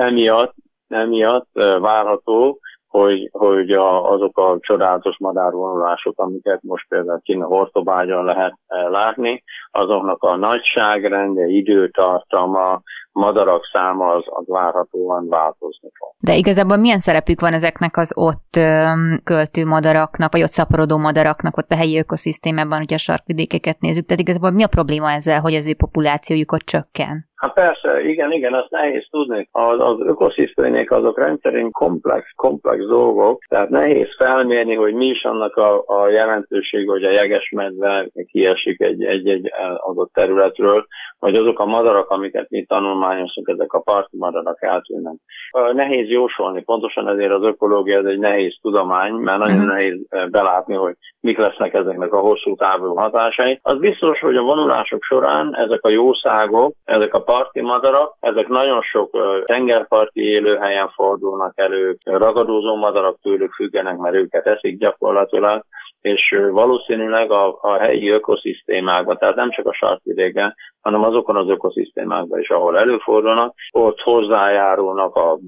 emiatt várható, hogy azok a csodálatos madárvonulások, amiket most például kint a Hortobágyon lehet látni, azoknak a nagyságrendje, időtartama, madarak száma az várhatóan változni fog. De igazából milyen szerepük van ezeknek az ott költő madaraknak, vagy ott szaporodó madaraknak ott a helyi ökoszisztémában, hogyha a sarkvidékeket nézzük? Tehát igazából mi a probléma ezzel, hogy az ő populációjuk ott csökken? Hát persze, igen, azt nehéz tudni. Az ökoszisztémák azok rendszerint komplex dolgok, tehát nehéz felmérni, hogy mi is annak a jelentőség, hogy a jegesmedve kiesik egy adott területről, vagy azok a madarak, amiket mi tanulmányozunk, ezek a parti madarak eltűnnek. Nehéz jósolni, pontosan ezért az ökológia ez egy nehéz tudomány, mert nagyon nehéz belátni, hogy mik lesznek ezeknek a hosszú távú hatásai. Az biztos, hogy a vonulások során ezek a jószágok, ezek a parti madarak, ezek nagyon sok tengerparti élőhelyen fordulnak elő, ragadozó madarak tőlük függenek, mert őket eszik gyakorlatilag, és valószínűleg a helyi ökoszisztémákban, tehát nem csak a sarkvidéken, hanem azokon az ökoszisztémákban is, ahol előfordulnak, ott hozzájárulnak a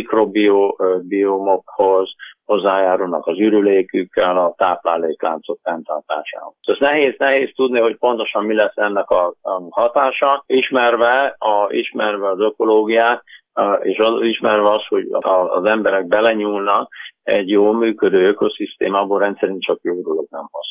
mikrobiomokhoz, hozzájárulnak az ürülékükkel, a táplálékláncok fenntartásához. Szóval nehéz tudni, hogy pontosan mi lesz ennek a hatása, ismerve az ökológiát, és ismerve azt, hogy az emberek belenyúlnak egy jól működő ökoszisztémából, rendszerint csak jó dolog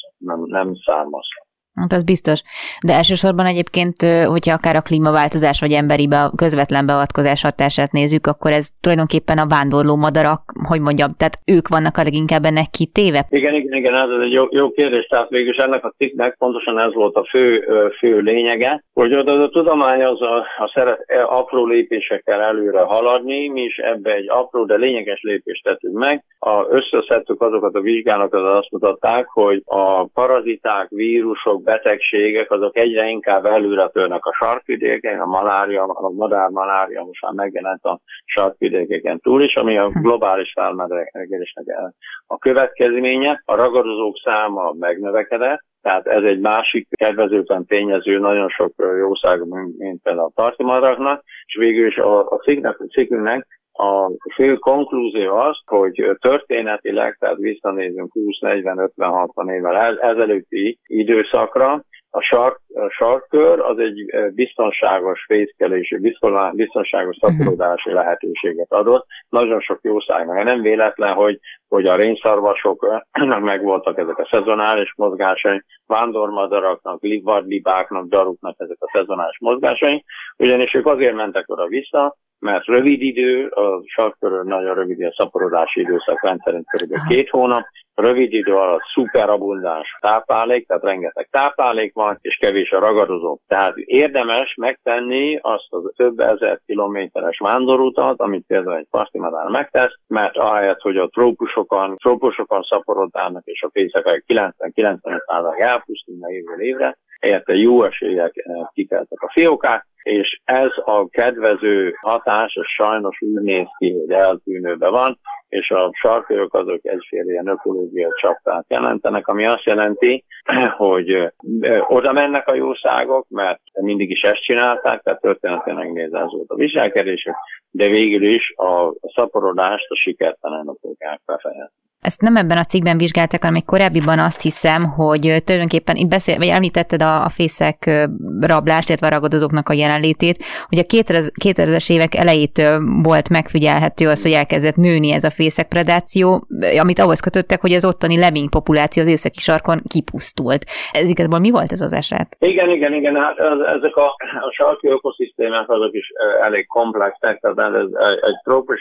nem származhat. Hát az biztos. De elsősorban egyébként, hogyha akár a klímaváltozás vagy emberi közvetlen beavatkozás hatását nézzük, akkor ez tulajdonképpen a vándorló madarak, hogy mondjam, tehát ők vannak a leginkább ennek kitéve? Igen, ez egy jó kérdés. Tehát végülis ennek a cikknek pontosan ez volt a fő lényege, hogy a tudomány az szeret apró lépésekkel előre haladni, mi is ebbe egy apró, de lényeges lépést tettünk meg. Összeszedtük azokat a vizsgálatokat, azt mutatták, hogy a paraziták, vírusok, betegségek, azok egyre inkább előre törnek a sarkvidéken, a madármalária most már megjelent a sarkvidékeken túl is, ami a globális felmelegedésnek a következménye. A ragadozók száma megnövekedett, tehát ez egy másik kedvezőtlen tényező nagyon sok jószág, mint például a parti madaraknak, és végül is a cikkünknek a fő konklúzió az, hogy történetileg, tehát visszanézünk 20, 40, 50, 60 évvel ezelőtti időszakra, a sarkkör az egy biztonságos fészkelési, biztonságos szaporodási lehetőséget adott. Nagyon sok jószágnak. Nem véletlen, hogy a rénszarvasoknak megvoltak ezek a szezonális mozgásai, vándormadaraknak, vadlibáknak, daruknak ezek a szezonális mozgásai, ugyanis ők azért mentek oda-vissza, mert rövid idő, a sarkkörön nagyon rövid a szaporodási időszak, rendszerint kb. 2 hónap, rövid idő alatt szuperabundáns táplálék, tehát rengeteg táplálék van, és kevés a ragadozó. Tehát érdemes megtenni azt a több ezer kilométeres vándorutat, amit például egy parti madár megtesz, mert ahelyett, hogy a trópusokon szaporodnának, és a fészekek 90-95% elpusztulna évről évre, helyette jó eséllyel kikeltek a fiókák, és ez a kedvező hatás, az sajnos úgy néz ki, hogy eltűnőben van, és a sarkkörök azok egyféle ilyen ökológiai csapdát jelentenek, ami azt jelenti, hogy oda mennek a jószágok, mert mindig is ezt csinálták, tehát történetileg nézve ez volt a viselkedésük, de végül is a szaporodást a sikertelenül fogják befejezni. Ezt nem ebben a cikkben vizsgáltak, hanem egy korábbiban azt hiszem, hogy tulajdonképpen itt vagy említetted a fészek rablást, illetve a ragadozóknak a jelenlétét, hogy a 2000-es évek elejétől volt megfigyelhető az, hogy elkezdett nőni ez a fészekpredáció, amit ahhoz kötöttek, hogy az ottani leming populáció az északi sarkon kipusztult. Ez igazából mi volt ez az eset? Igen, hát ezek a sarki ökoszisztémák azok is elég komplexek, tehát ez egy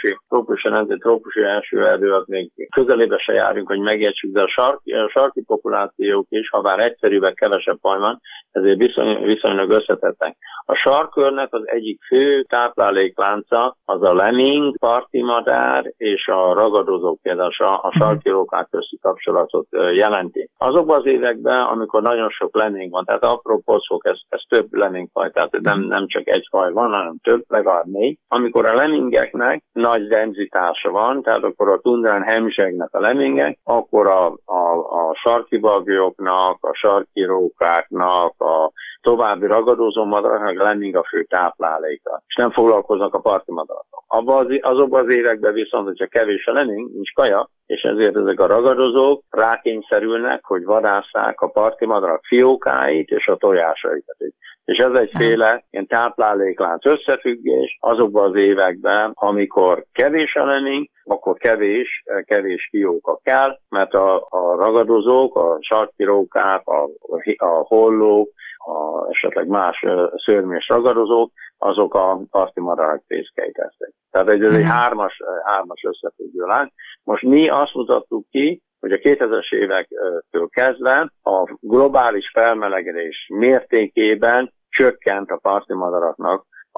trópusi első erdő, az még közelében se járunk, hogy megértsük, de a sarki populációk is, ha bár egyszerűen kevesebb faj van, ezért viszonylag összetettek. A sarkkörnek az egyik fő tápláléklánca az a leming, parti madár és a ragadozók, például a sarki rókák közti kapcsolatot jelenti. Azokban az években, amikor nagyon sok leming van, tehát apró pocok, ez több lemingfaj, tehát nem csak egy faj van, hanem több, legalább 4. Amikor a lemingeknek nagy denzitása van, tehát akkor a tundrán hemzsegnek a lemingek, akkor a sarki bagyoknak, a sarki rókáknak, a további ragadozó madaraknak a leming a fő tápláléka, és nem foglalkoznak a parti madaraknak. Azokban az években viszont, hogyha kevés a leming, nincs kaja, és ezért ezek a ragadozók rákényszerülnek, hogy vadásszák a parti madarak fiókáit és a tojásaikat. És ez egyféle ilyen tápláléklánc összefüggés azokban az években, amikor kevés a leming, akkor kevés fióka kell, mert a ragadozók, a sarki rókák, a hollók, esetleg más szörmés ragadozók, azok a parti madarak fészkeit esznek. Tehát ez egy hármas összefüggő lánc. Most mi azt mutattuk ki, hogy a 2000-es évektől kezdve a globális felmelegedés mértékében csökkent a parti madaraknak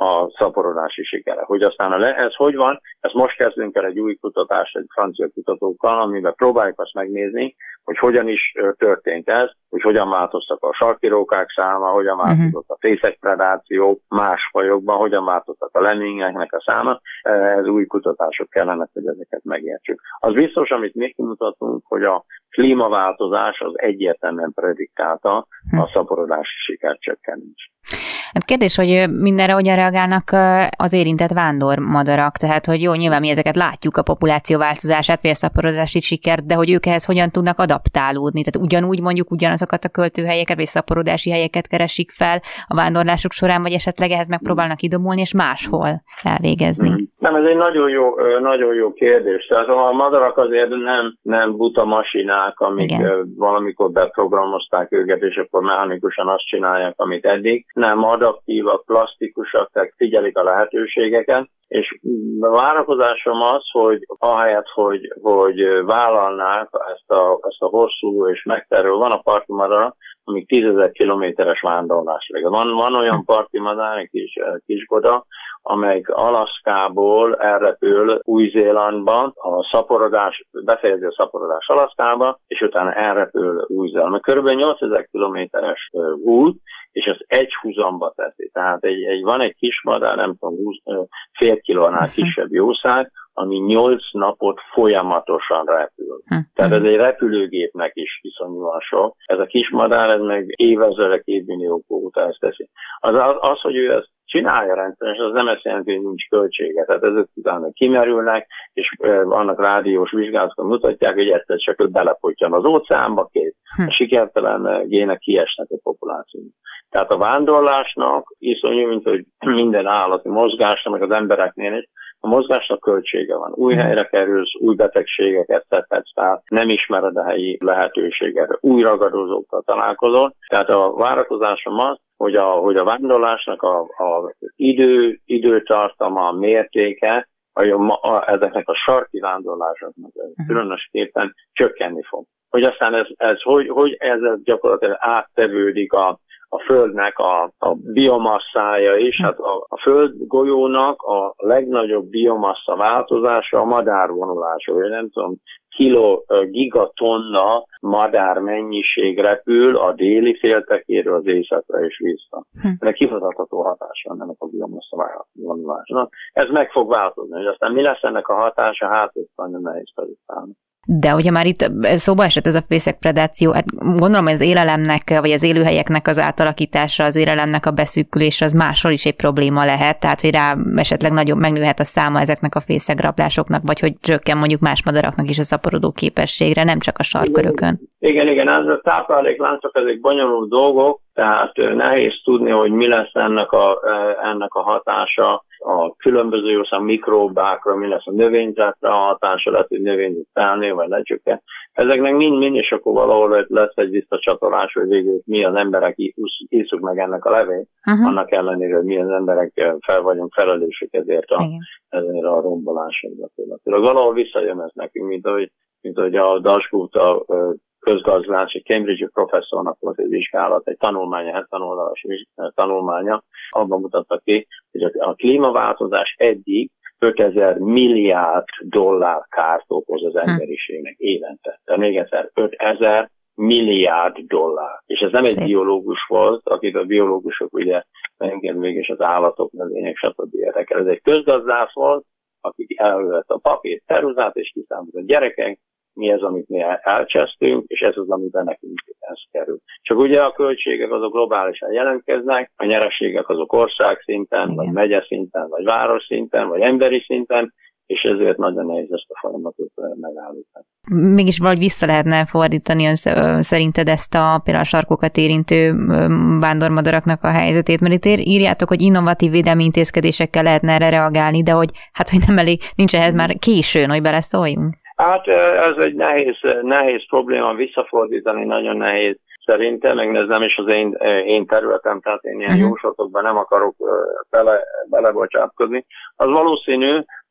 a szaporodási sikere. Hogy aztán ez hogy van, ezt most kezdünk el egy új kutatást egy francia kutatókkal, amiben próbáljuk azt megnézni, hogy hogyan is történt ez, hogy hogyan változtak a sarkirókák száma, hogyan változott a fészekpredáció más fajokban, hogyan változtak a lemmingeknek a száma. Ez új kutatások kellene, hogy ezeket megértsük. Az biztos, amit mi kimutatunk, hogy a klímaváltozás az egyértelműen prediktálta a szaporodási sikercsökkenést. Hát kérdés, hogy mindenre hogyan reagálnak az érintett vándormadarak, tehát hogy jó, nyilván mi ezeket látjuk, a populáció változását, vagy a szaporodási sikert, de hogy ők ehhez hogyan tudnak adaptálódni, tehát ugyanúgy mondjuk ugyanazokat a költőhelyeket, vagy szaporodási helyeket keresik fel a vándorlásuk során, vagy esetleg ehhez megpróbálnak idomulni, és máshol elvégezni. Nem, ez egy nagyon jó kérdés. Tehát a madarak azért nem buta masinák, amik valamikor beprogramozták őket, és akkor mechanikusan azt csinálják, amit eddig. Nem, adaptívak, plastikusak, tehát figyelik a lehetőségeket, és a várakozásom az, hogy ahelyett, hogy vállalnák ezt a hosszú és megterülő, van a parti madarak, amik 10 000 kilométeres vándorlás. Van olyan parti madár, egy kisgoda, amelyik Alaszkából elrepül Új-Zélandba, befejezi a szaporodás Alaszkába, és utána elrepül Új-Zélandba. Körülbelül 8000 kilométeres út, és ez egy húzamba teszi. Tehát van egy kis madár, nem tudom, fél kilónál kisebb jószág, ami 8 napot folyamatosan repül. Tehát ez egy repülőgépnek is iszonyúan sok. Ez a kis madár, ez meg évezredek, évmilliók óta ezt teszi. Az, hogy ő ezt csinálja rendszeresen, az nem ezt jelenti, hogy nincs költsége. Tehát ezek utána kimerülnek, és annak rádiós vizsgálatok mutatják, hogy egyszer csak ő belepottyan az óceánba, a sikertelen gének kiesnek a populációban. Tehát a vándorlásnak iszonyú, mint hogy minden állati mozgásnak, meg az embereknél is, a mozgásnak költsége van. Új helyre kerülsz, új betegségeket szedhetsz fel, nem ismered a helyi lehetőséget, új ragadozókkal találkozol. Tehát a várakozásom az, hogy a vándorlásnak a időtartama, a mértéke, ezeknek a sarki vándorlásoknak különösképpen csökkenni fog. Hogy aztán hogy ez gyakorlatilag áttevődik a Földnek a biomasszája is. Hát a Földgolyónak a legnagyobb biomassa változása a madárvonulás, hogy nem tudom, gigatonna madár mennyiség repül a déli féltekéről az északra és vissza. Ennek kimutatható hatása van ennek a biomassa vonulásnak. Ez meg fog változni, hogy aztán mi lesz ennek a hatása, hát ez nagyon nehéz felülszállni. De hogyha már itt szóba esett ez a fészekpredáció, hát gondolom, hogy az élelemnek, vagy az élőhelyeknek az átalakítása, az élelemnek a beszűkülése, az máshol is egy probléma lehet, tehát hogy rá esetleg nagyobb megnőhet a száma ezeknek a fészegrablásoknak, vagy hogy csökken mondjuk más madaraknak is a szaporodó képességre, nem csak a sarkörökön. Igen, ez a táplálékláncok, ezek bonyolult dolgok, tehát nehéz tudni, hogy mi lesz ennek a hatása a különböző mikróbákra, mi lesz a növényzetre a hatása, lehet, hogy növényzet felnő, vagy lecsökken. Ezeknek mind, és akkor valahol lesz egy visszacsatolás, hogy végül mi az emberek isszuk meg ennek a levényt, annak ellenére, hogy mi az emberek fel vagyunk felelősek ezért a rombolásra. Valahol visszajön ez nekünk, mint hogy a Dasgut, a közgazdás, egy Cambridge-i professzornak volt egy vizsgálat, egy tanulmánya, 70 oldalas tanulmánya, abban mutatta ki, hogy a klímaváltozás eddig 5000 milliárd dollár kárt okoz az emberiségnek évente. De még egyszer, 5000 milliárd dollár. És ez nem egy biológus volt, akit a biológusok ugye engem mégis az állatok, növények, stb. Érdekel. Ez egy közgazdász volt, aki elvett a papírt, ceruzát, és kiszámolt a gyerekek, mi az, amit mi elcsesztünk, és ez az, amiben nekünk ez kerül. Csak ugye a költségek azok globálisan jelentkeznek, a nyereségek azok országszinten, vagy megyeszinten, vagy városszinten, vagy emberi szinten, és ezért nagyon nehéz ezt a folyamatot megállítani. Mégis valahogy vissza lehetne fordítani szerinted ezt például a sarkokat érintő vándormadaraknak a helyzetét, mert itt írjátok, hogy innovatív védelmi intézkedésekkel lehetne erre reagálni, de hogy nem elég, nincs ehhez már későn, hogy beleszóljunk? Hát ez egy nehéz probléma visszafordítani, nagyon nehéz szerintem, meg ez nem is az én területem, tehát én ilyen jóslatokban nem akarok belebocsátkozni. Az valószínű,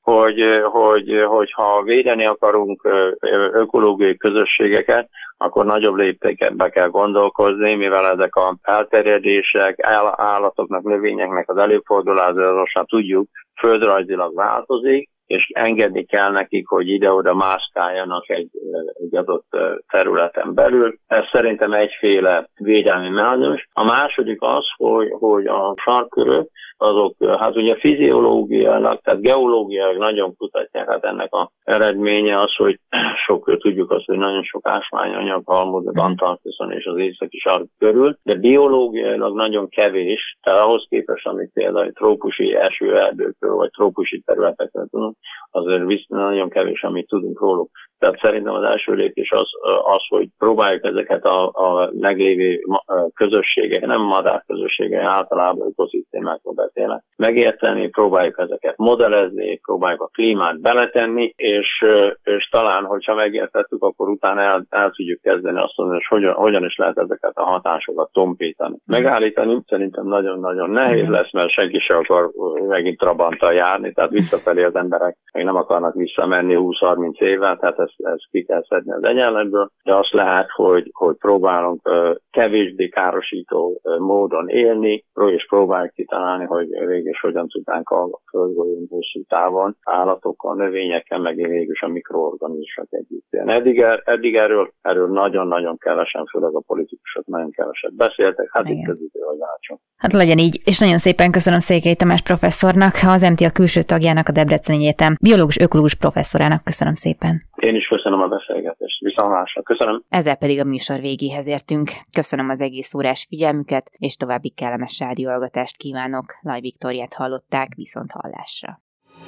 hogyha védeni akarunk ökológiai közösségeket, akkor nagyobb léptékben kell gondolkozni, mivel ezek a elterjedések, állatoknak, növényeknek az előfordulása, tudjuk, földrajzilag változik, és engedni kell nekik, hogy ide-oda mászkáljanak egy adott területen belül. Ez szerintem egyféle védelmi mechanizmus. A második az, hogy a sarkkörök, azok hát ugye fiziológiailag, tehát geológiailag nagyon kutatják, hát ennek az eredménye az, hogy tudjuk azt, hogy nagyon sok ásványanyag halmozódik Antarktiszon és az északi sark körül, de biológiailag nagyon kevés, tehát ahhoz képest, amit például trópusi esőerdőkről vagy trópusi területekről tudunk, azért nagyon kevés, amit tudunk róluk. Tehát szerintem az első lépés az, hogy próbáljuk ezeket a meglévő közösségek, nem madárközösségek, általában ökoszisztémákról beszélek, megérteni, próbáljuk ezeket modellezni, próbáljuk a klímát beletenni, és talán, hogyha megértettük, akkor utána el tudjuk kezdeni azt mondani, hogy hogyan is lehet ezeket a hatásokat tompítani. Megállítani szerintem nagyon-nagyon nehéz lesz, mert senki sem akar megint Trabanttal járni, tehát visszafelé az emberek még nem akarnak visszamenni 20-30 évvel, tehát ezt ki kell szedni az egyenletből, de azt lehet, hogy próbálunk kevésbé károsító módon élni, és próbáljuk kitalálni, hogy végül hogyan tudnánk a földgolyón hosszú távon állatokkal, növényekkel, meg végül a mikroorganizmusok együtt élni. Eddig erről nagyon-nagyon kevesen, főleg a politikusok nagyon keveset beszéltek, hát itt az idő, hogy váltson. Hát legyen így, és nagyon szépen köszönöm Székely Tamás professzornak, az MTA külső tagjának, a Debreceni Egyetem biológus-ökológus professzorának. Köszönöm szépen. Én is köszönöm a beszélgetést. Viszontlátásra. Köszönöm. Ezzel pedig a műsor végéhez értünk. Köszönöm az egész órás figyelmüket, és további kellemes rádióhallgatást kívánok. Laj Viktóriát hallották, viszont hallásra.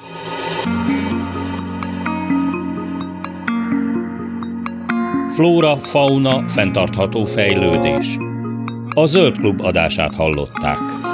Flóra, fauna, fenntartható fejlődés. A Zöld Klub adását hallották.